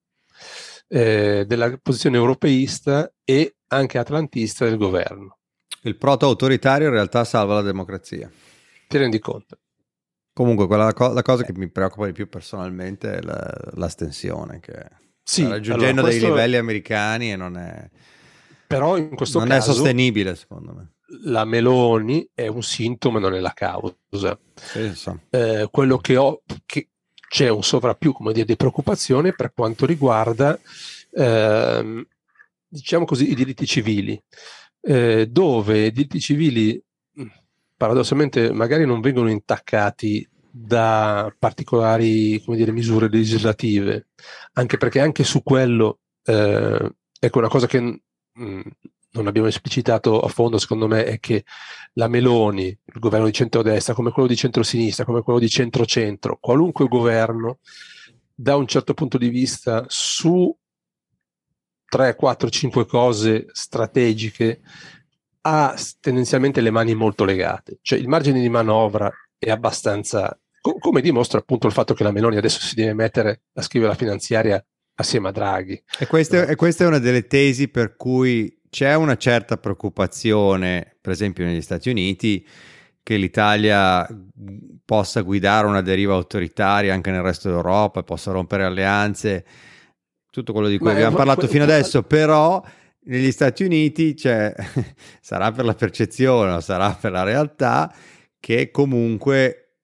Della posizione europeista e anche atlantista del governo. Il proto-autoritario in realtà salva la democrazia. Ti rendi conto? Comunque la cosa che mi preoccupa di più personalmente è l'astensione, che sta raggiungendo dei livelli americani e non è... Però in questo caso non è sostenibile, secondo me. La Meloni è un sintomo, non è la causa. Sì, so. Quello che c'è un sovrappiù, come dire, di preoccupazione per quanto riguarda, diciamo così, i diritti civili, dove i diritti civili paradossalmente magari non vengono intaccati da particolari, come dire, misure legislative, anche perché anche su quello ecco, una cosa che non abbiamo esplicitato a fondo, secondo me, è che la Meloni, il governo di centrodestra, come quello di centrosinistra, come quello di centrocentro, qualunque governo, da un certo punto di vista, su 3, 4, 5 cose strategiche, ha tendenzialmente le mani molto legate. Cioè il margine di manovra è abbastanza, come dimostra appunto il fatto che la Meloni adesso si deve mettere a scrivere la finanziaria assieme a Draghi. E questa è una delle tesi per cui c'è una certa preoccupazione, per esempio negli Stati Uniti, che l'Italia possa guidare una deriva autoritaria anche nel resto d'Europa, possa rompere alleanze, tutto quello di cui abbiamo parlato fino adesso, però negli Stati Uniti sarà per la percezione o sarà per la realtà che comunque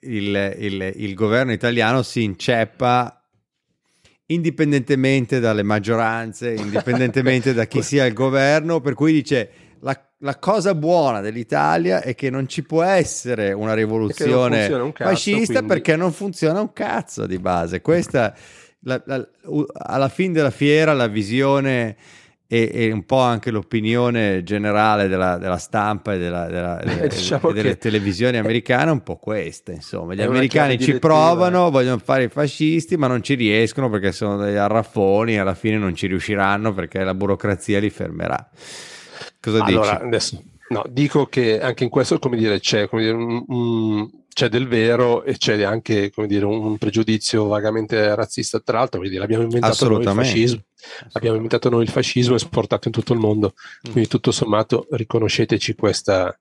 il governo italiano si inceppa indipendentemente dalle maggioranze, indipendentemente da chi sia il governo, per cui dice la cosa buona dell'Italia è che non ci può essere una rivoluzione fascista, quindi... perché non funziona un cazzo di base. Questa alla fine della fiera la visione e un po' anche l'opinione generale della stampa e delle televisioni americane è un po' questa, insomma. Gli americani ci provano, vogliono fare i fascisti, ma non ci riescono perché sono degli arraffoni e alla fine non ci riusciranno perché la burocrazia li fermerà. Cosa dici? Allora, adesso dico che anche in questo, come dire, c'è c'è del vero e c'è anche, come dire, un pregiudizio vagamente razzista. Tra l'altro, abbiamo inventato noi il fascismo. Abbiamo inventato noi il fascismo esportato in tutto il mondo, quindi tutto sommato riconosceteci questa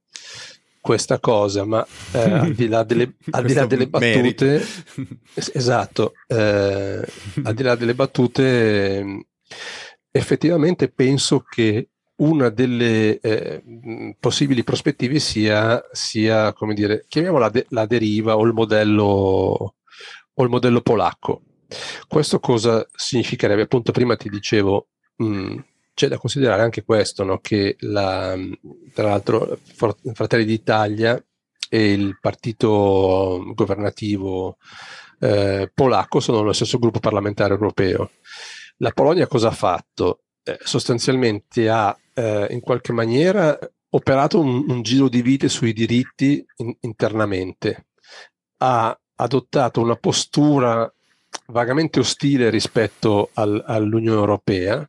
cosa, ma al di là delle battute, esatto, al di là delle battute, effettivamente penso che una delle possibili prospettive sia, come dire, chiamiamola la deriva o il modello polacco. Questo cosa significherebbe? Appunto, prima ti dicevo, c'è da considerare anche questo, no? Che tra l'altro Fratelli d'Italia e il partito governativo polacco sono nello stesso gruppo parlamentare europeo. La Polonia cosa ha fatto? Sostanzialmente ha in qualche maniera operato un giro di vite sui diritti internamente, ha adottato una postura vagamente ostile rispetto all'Unione Europea.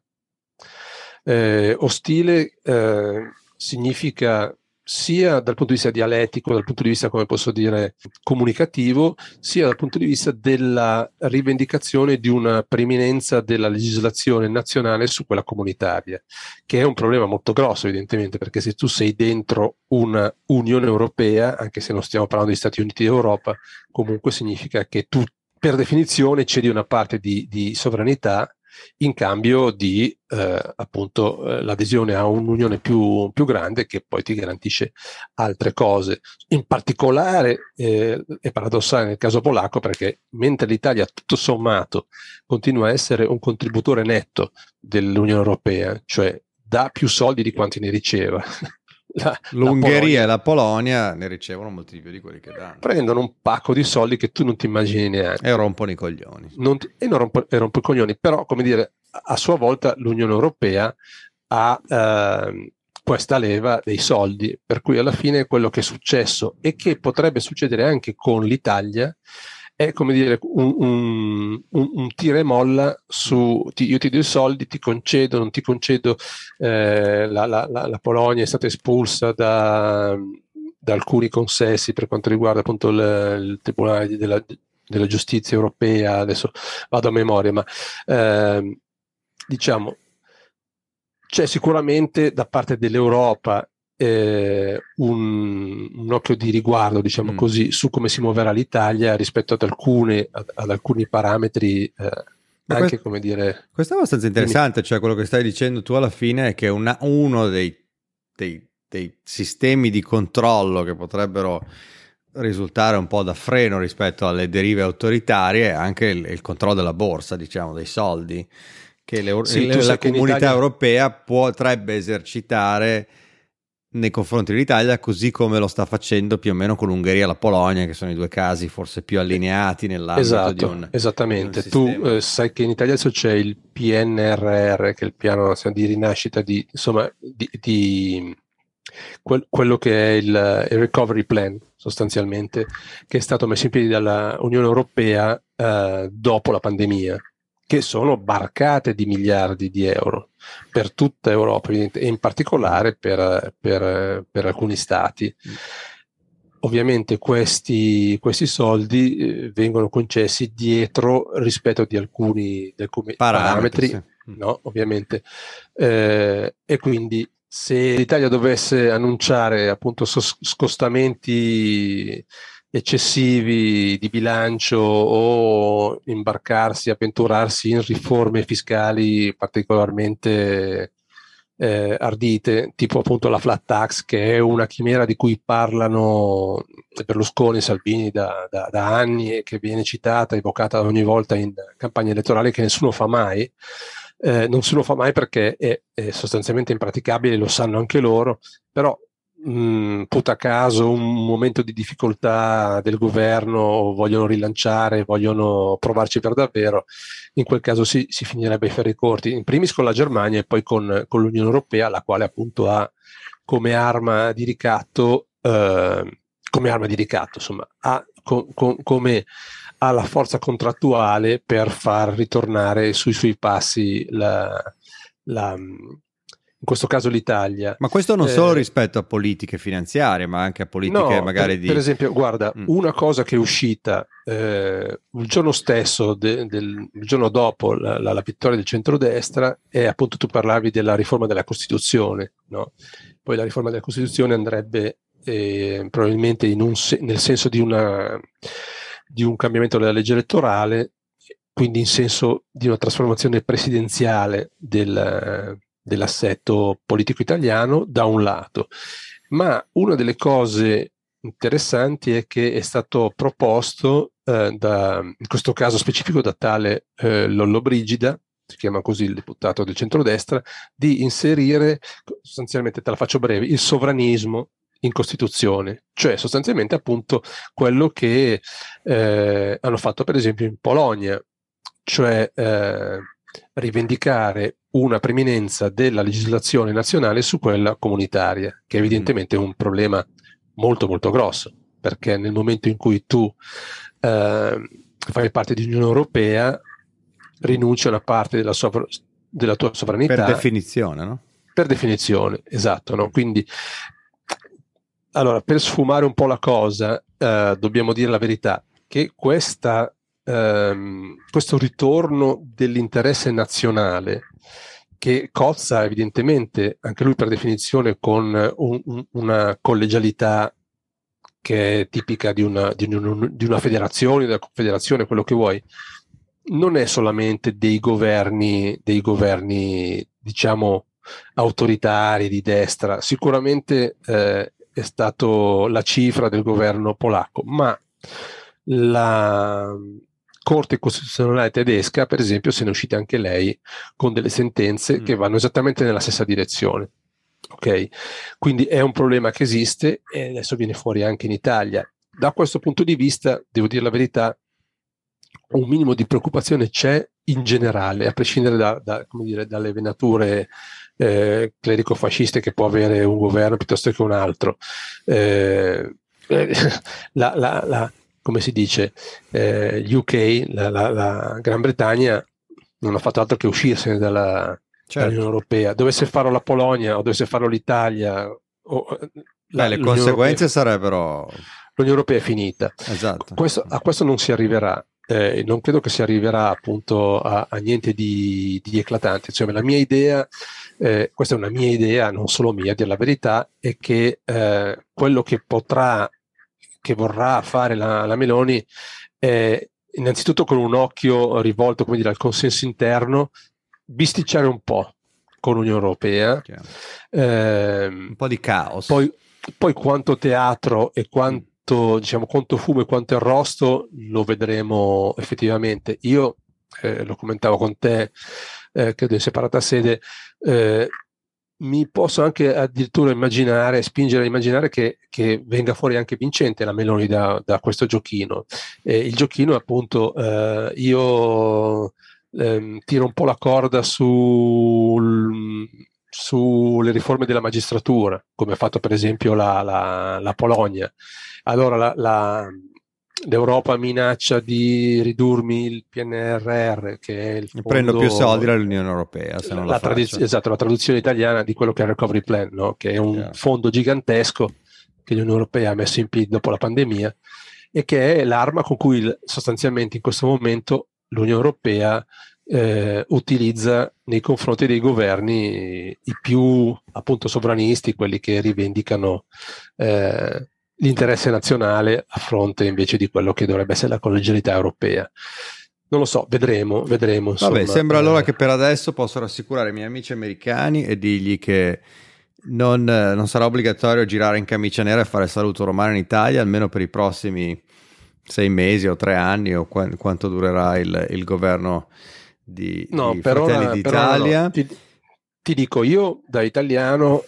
Ostile significa sia dal punto di vista dialettico, dal punto di vista, come posso dire, comunicativo, sia dal punto di vista della rivendicazione di una preeminenza della legislazione nazionale su quella comunitaria, che è un problema molto grosso evidentemente, perché se tu sei dentro una Unione Europea, anche se non stiamo parlando di Stati Uniti d'Europa, comunque significa che tu per definizione cedi una parte di sovranità in cambio di appunto l'adesione a un'unione più grande che poi ti garantisce altre cose. In particolare è paradossale nel caso polacco, perché mentre l'Italia tutto sommato continua a essere un contributore netto dell'Unione Europea, cioè dà più soldi di quanti ne riceva, l'Ungheria e la Polonia ne ricevono molti di più di quelli che danno. Prendono un pacco di soldi che tu non ti immagini neanche. E rompono i coglioni. Non rompono i coglioni, però, come dire, a sua volta l'Unione Europea ha questa leva dei soldi, per cui alla fine quello che è successo e che potrebbe succedere anche con l'Italia è, come dire, un tira e molla su io ti do i soldi, ti concedo, non ti concedo. La Polonia è stata espulsa da alcuni consessi per quanto riguarda appunto il Tribunale della Giustizia Europea, adesso vado a memoria, ma diciamo c'è sicuramente da parte dell'Europa un occhio di riguardo, diciamo così, su come si muoverà l'Italia rispetto ad alcuni parametri anche, come dire... Questo è abbastanza interessante, cioè quello che stai dicendo tu alla fine è che uno dei sistemi di controllo che potrebbero risultare un po' da freno rispetto alle derive autoritarie è anche il controllo della borsa, diciamo, dei soldi che la comunità europea potrebbe esercitare nei confronti dell'Italia, così come lo sta facendo più o meno con l'Ungheria e la Polonia, che sono i due casi forse più allineati nell'ambito Esattamente. di un sistema. Tu sai che in Italia adesso c'è il PNRR, che è il piano nazionale di rinascita, quello che è il recovery plan, sostanzialmente, che è stato messo in piedi dalla Unione Europea dopo la pandemia, che sono barcate di miliardi di euro per tutta Europa e in particolare per alcuni stati. Ovviamente questi soldi vengono concessi dietro rispetto di alcuni parametri, Sì. no? Ovviamente. E quindi se l'Italia dovesse annunciare appunto scostamenti eccessivi di bilancio o avventurarsi in riforme fiscali particolarmente ardite, tipo appunto la flat tax, che è una chimera di cui parlano Berlusconi e Salvini da anni e che viene citata, evocata ogni volta in campagna elettorale, che nessuno fa mai. Non se lo fa mai perché è sostanzialmente impraticabile, lo sanno anche loro, però puta caso un momento di difficoltà del governo, vogliono rilanciare, vogliono provarci per davvero, in quel caso si finirebbe ai ferri corti, in primis con la Germania e poi con l'Unione Europea, la quale appunto ha come arma di ricatto, insomma, come ha la forza contrattuale per far ritornare sui suoi passi in questo caso l'Italia. Ma questo non solo rispetto a politiche finanziarie, ma anche a politiche magari per esempio, guarda, una cosa che è uscita il giorno stesso, il giorno dopo la vittoria del centrodestra, è appunto, tu parlavi della riforma della Costituzione, no? Poi la riforma della Costituzione andrebbe probabilmente nel senso di un cambiamento della legge elettorale, quindi in senso di una trasformazione presidenziale dell'assetto politico italiano da un lato, ma una delle cose interessanti è che è stato proposto in questo caso specifico da tale Lollobrigida, si chiama così il deputato del centrodestra, di inserire, sostanzialmente, te la faccio breve, il sovranismo in Costituzione, cioè sostanzialmente appunto quello che hanno fatto per esempio in Polonia, cioè rivendicare una preminenza della legislazione nazionale su quella comunitaria, che evidentemente è un problema molto molto grosso, perché nel momento in cui tu fai parte di Unione Europea, rinunci a una parte della tua sovranità. Per definizione, no? Per definizione, esatto, no? Quindi, allora, per sfumare un po' la cosa, dobbiamo dire la verità, che questo ritorno dell'interesse nazionale, che cozza evidentemente anche lui per definizione con una collegialità che è tipica di una federazione, della confederazione, quello che vuoi, non è solamente dei governi diciamo autoritari di destra, sicuramente è stato la cifra del governo polacco, ma la Corte Costituzionale tedesca, per esempio, se ne è uscita anche lei con delle sentenze che vanno esattamente nella stessa direzione. Ok? Quindi è un problema che esiste e adesso viene fuori anche in Italia. Da questo punto di vista, devo dire la verità, un minimo di preoccupazione c'è in generale, a prescindere come dire, dalle venature clerico-fasciste che può avere un governo piuttosto che un altro. Come si dice, UK, la Gran Bretagna, non ha fatto altro che uscirsene dall'Unione Europea. Dovesse farlo la Polonia o dovesse farlo l'Italia, le conseguenze sarebbero... L'Unione Europea è finita. Esatto. A questo non si arriverà. Non credo che si arriverà appunto a niente di eclatante. Cioè, la mia idea, questa è una mia idea, non solo mia, a dire la verità, è che quello che vorrà fare la Meloni è innanzitutto, con un occhio rivolto, come dire, al consenso interno, bisticciare un po' con l'Unione Europea, un po' di caos. Poi quanto teatro e quanto fumo e quanto arrosto lo vedremo effettivamente. Io lo commentavo con te, credo in separata sede, mi posso anche addirittura immaginare, spingere a immaginare che venga fuori anche vincente la Meloni da questo giochino. Il giochino, appunto, io tiro un po' la corda sulle riforme della magistratura, come ha fatto per esempio la Polonia. Allora l'Europa minaccia di ridurmi il PNRR, che è il fondo, prendo più soldi dall'Unione Europea se non la faccio. Esatto, la traduzione italiana di quello che è il Recovery Plan, no? Che è un fondo gigantesco che l'Unione Europea ha messo in piedi dopo la pandemia e che è l'arma con cui sostanzialmente in questo momento l'Unione Europea utilizza nei confronti dei governi i più appunto sovranisti, quelli che rivendicano l'interesse nazionale a fronte invece di quello che dovrebbe essere la collegialità europea. Non lo so, vedremo. Insomma. Vabbè, sembra allora che per adesso posso rassicurare i miei amici americani e dirgli che non sarà obbligatorio girare in camicia nera e fare saluto romano in Italia, almeno per i prossimi 6 mesi o 3 anni o quanto durerà il governo di Fratelli d'Italia. No. Ti dico, io da italiano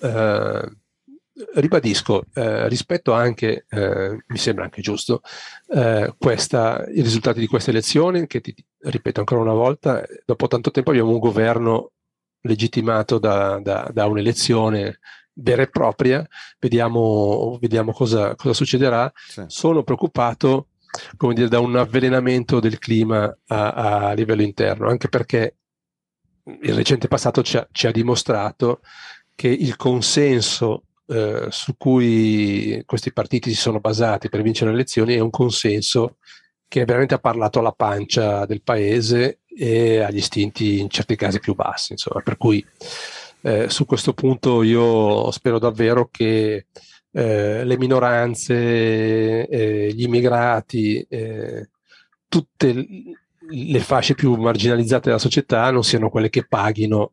ribadisco, rispetto anche, mi sembra anche giusto, i risultati di queste elezioni, che ti ripeto ancora una volta, dopo tanto tempo abbiamo un governo legittimato da un'elezione vera e propria, vediamo cosa succederà. Sì. Sono preoccupato, come dire, da un avvelenamento del clima a livello interno, anche perché il recente passato ci ha dimostrato che il consenso su cui questi partiti si sono basati per vincere le elezioni è un consenso che veramente ha parlato alla pancia del paese e agli istinti in certi casi più bassi, insomma. Per cui su questo punto io spero davvero che le minoranze, gli immigrati, tutte le fasce più marginalizzate della società non siano quelle che paghino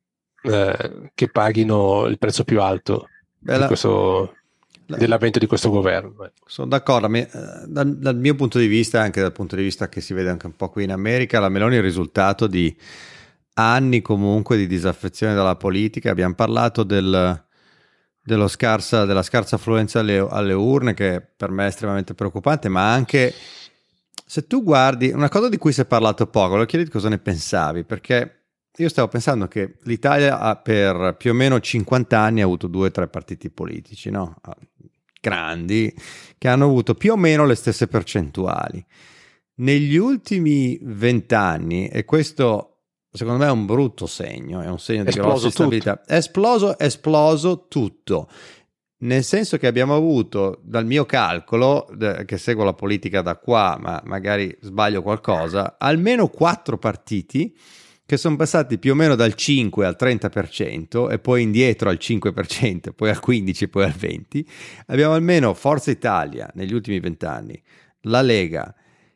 il prezzo più alto dell'avvento di questo governo. Sono d'accordo. Dal mio punto di vista, anche dal punto di vista che si vede anche un po' qui in America, la Meloni è il risultato di anni comunque di disaffezione dalla politica. Abbiamo parlato della scarsa affluenza alle urne, che per me è estremamente preoccupante, ma anche se tu guardi una cosa di cui si è parlato poco, lo chiedi cosa ne pensavi, perché io stavo pensando che l'Italia per più o meno 50 anni ha avuto 2 o 3 partiti politici, no? Grandi, che hanno avuto più o meno le stesse percentuali. Negli ultimi 20 anni, e questo secondo me è un brutto segno, è un segno di grossa instabilità, è esploso tutto. Nel senso che abbiamo avuto, dal mio calcolo, che seguo la politica da qua, ma magari sbaglio qualcosa, almeno 4 partiti che sono passati più o meno dal 5 al 30% e poi indietro al 5%, poi al 15%, poi al 20%. Abbiamo almeno Forza Italia negli ultimi 20 anni, la Lega,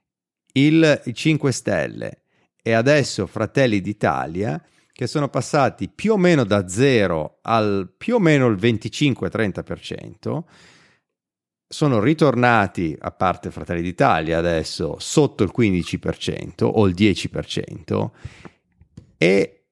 i 5 Stelle e adesso Fratelli d'Italia, che sono passati più o meno da 0 al più o meno il 25-30%, sono ritornati, a parte Fratelli d'Italia adesso, sotto il 15% o il 10%, e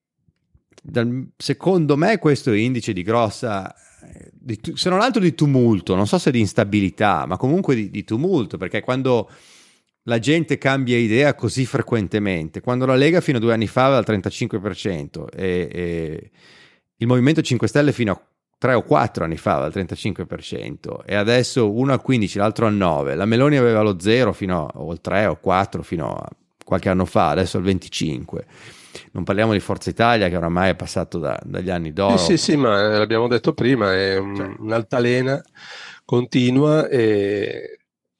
secondo me questo è indice di grossa, se non altro di tumulto, non so se di instabilità, ma comunque di tumulto, perché quando la gente cambia idea così frequentemente, quando la Lega fino a 2 anni fa aveva il 35% e il Movimento 5 Stelle fino a 3 o 4 anni fa aveva il 35% e adesso uno al 15, l'altro al 9, la Meloni aveva lo 0 o il 3 o 4 fino a qualche anno fa, adesso il 25%. Non parliamo di Forza Italia che oramai è passato dagli anni d'oro. Sì, ma l'abbiamo detto prima, è un'altalena continua ed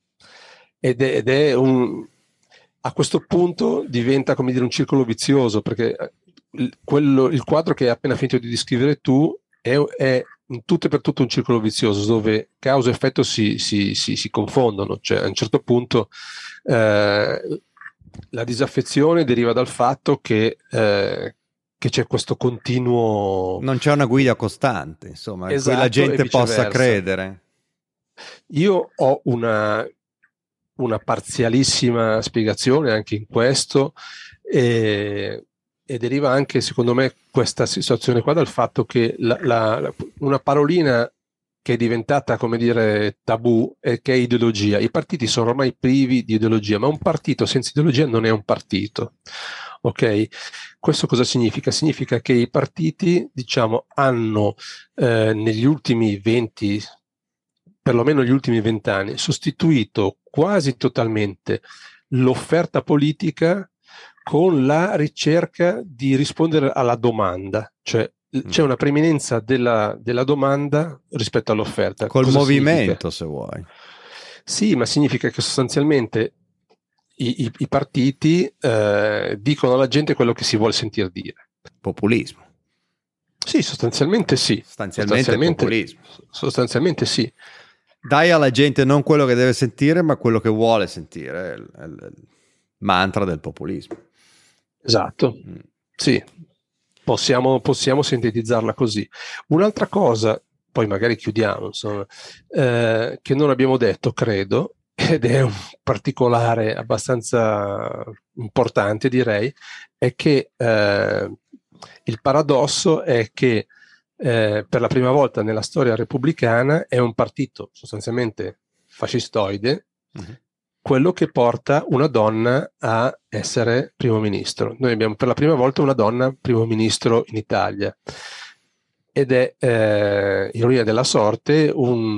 è a questo punto diventa, come dire, un circolo vizioso, perché il quadro che hai appena finito di descrivere tu è in tutto e per tutto un circolo vizioso dove causa e effetto si confondono, cioè a un certo punto la disaffezione deriva dal fatto che c'è questo continuo... Non c'è una guida costante, insomma, esatto, in cui la gente possa credere. Io ho una parzialissima spiegazione anche in questo, e deriva anche, secondo me, questa situazione qua dal fatto che una parolina che è diventata, come dire, tabù, e che è ideologia. I partiti sono ormai privi di ideologia, ma un partito senza ideologia non è un partito. Ok? Questo cosa significa? Significa che i partiti, diciamo, hanno negli ultimi 20, perlomeno negli ultimi 20 anni, sostituito quasi totalmente l'offerta politica con la ricerca di rispondere alla domanda, cioè c'è una preeminenza della domanda rispetto all'offerta. Col Cosa movimento, significa? se vuoi. Sì, ma significa che sostanzialmente i partiti dicono alla gente quello che si vuole sentir dire. Populismo. Sì, sostanzialmente sì. Populismo. Sostanzialmente sì. Dai alla gente non quello che deve sentire, ma quello che vuole sentire. È il mantra del populismo. Esatto. Sì. Possiamo sintetizzarla così. Un'altra cosa, poi magari chiudiamo, insomma, che non abbiamo detto, credo, ed è un particolare abbastanza importante, direi, è che il paradosso è che per la prima volta nella storia repubblicana è un partito sostanzialmente fascistoide quello che porta una donna a essere primo ministro. Noi abbiamo per la prima volta una donna primo ministro in Italia ed è, ironia della sorte,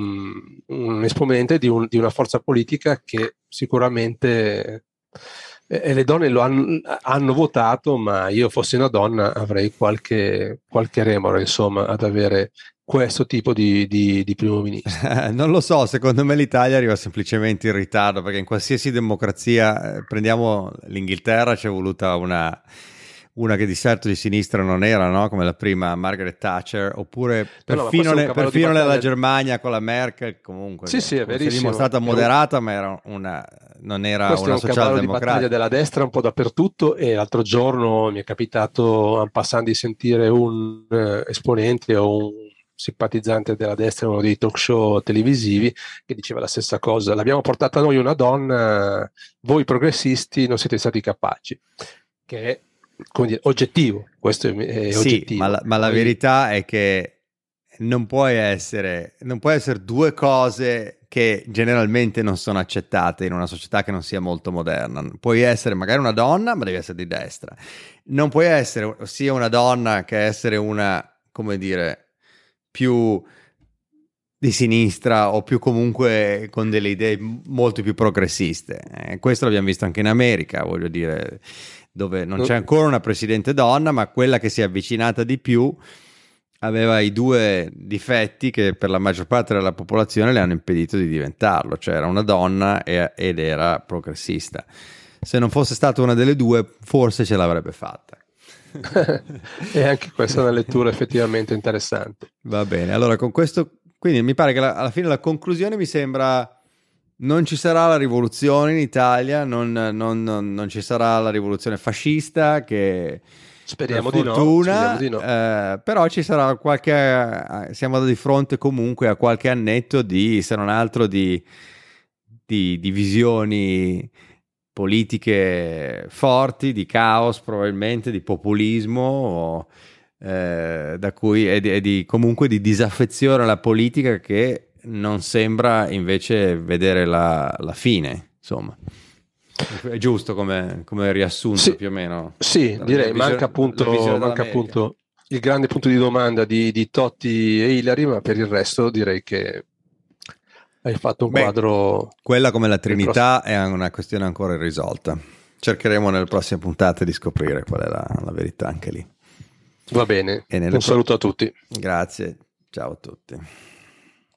un esponente di una forza politica che sicuramente le donne lo hanno votato, ma io fossi una donna avrei qualche remora, insomma, ad avere questo tipo di primo ministro. Non lo so, secondo me l'Italia arriva semplicemente in ritardo, perché in qualsiasi democrazia, prendiamo l'Inghilterra, c'è voluta una che di certo di sinistra non era, no? Come la prima Margaret Thatcher, oppure perfino nella Germania con la Merkel, comunque sì, è verissimo. Si è dimostrata moderata, ma non era una socialdemocratica. Questo è un cavallo di battaglia della destra un po' dappertutto, e l'altro giorno mi è capitato en passant di sentire un esponente o un simpatizzante della destra in uno dei talk show televisivi che diceva la stessa cosa: l'abbiamo portata noi una donna, voi progressisti non siete stati capaci, che è, come dire, oggettivo. Questo è oggettivo. Ma la verità è che non puoi essere due cose che generalmente non sono accettate in una società che non sia molto moderna. Puoi essere magari una donna, ma devi essere di destra. Non puoi essere sia una donna che essere una, come dire, più di sinistra o più comunque con delle idee molto più progressiste. Questo l'abbiamo visto anche in America, voglio dire, dove non c'è ancora una presidente donna, ma quella che si è avvicinata di più aveva i due difetti che per la maggior parte della popolazione le hanno impedito di diventarlo, cioè era una donna ed era progressista. Se non fosse stata una delle due, forse ce l'avrebbe fatta. E anche questa è una lettura effettivamente interessante. Va bene, allora con questo, quindi mi pare che alla fine la conclusione mi sembra: non ci sarà la rivoluzione in Italia, non ci sarà la rivoluzione fascista, che speriamo per fortuna, di no. Però ci sarà siamo di fronte comunque a qualche annetto se non altro di visioni politiche forti, di caos probabilmente, di populismo, da cui comunque di disaffezione alla politica, che non sembra invece vedere la fine, insomma. È giusto come riassunto, sì, più o meno? Sì, direi, manca appunto il grande punto di domanda di Totti e Hillary, ma per il resto direi che hai fatto un quadro. Quella, come la Trinità, è una questione ancora irrisolta. Cercheremo nelle prossime puntate di scoprire qual è la verità anche lì. Va bene, un saluto a tutti. Grazie, ciao a tutti.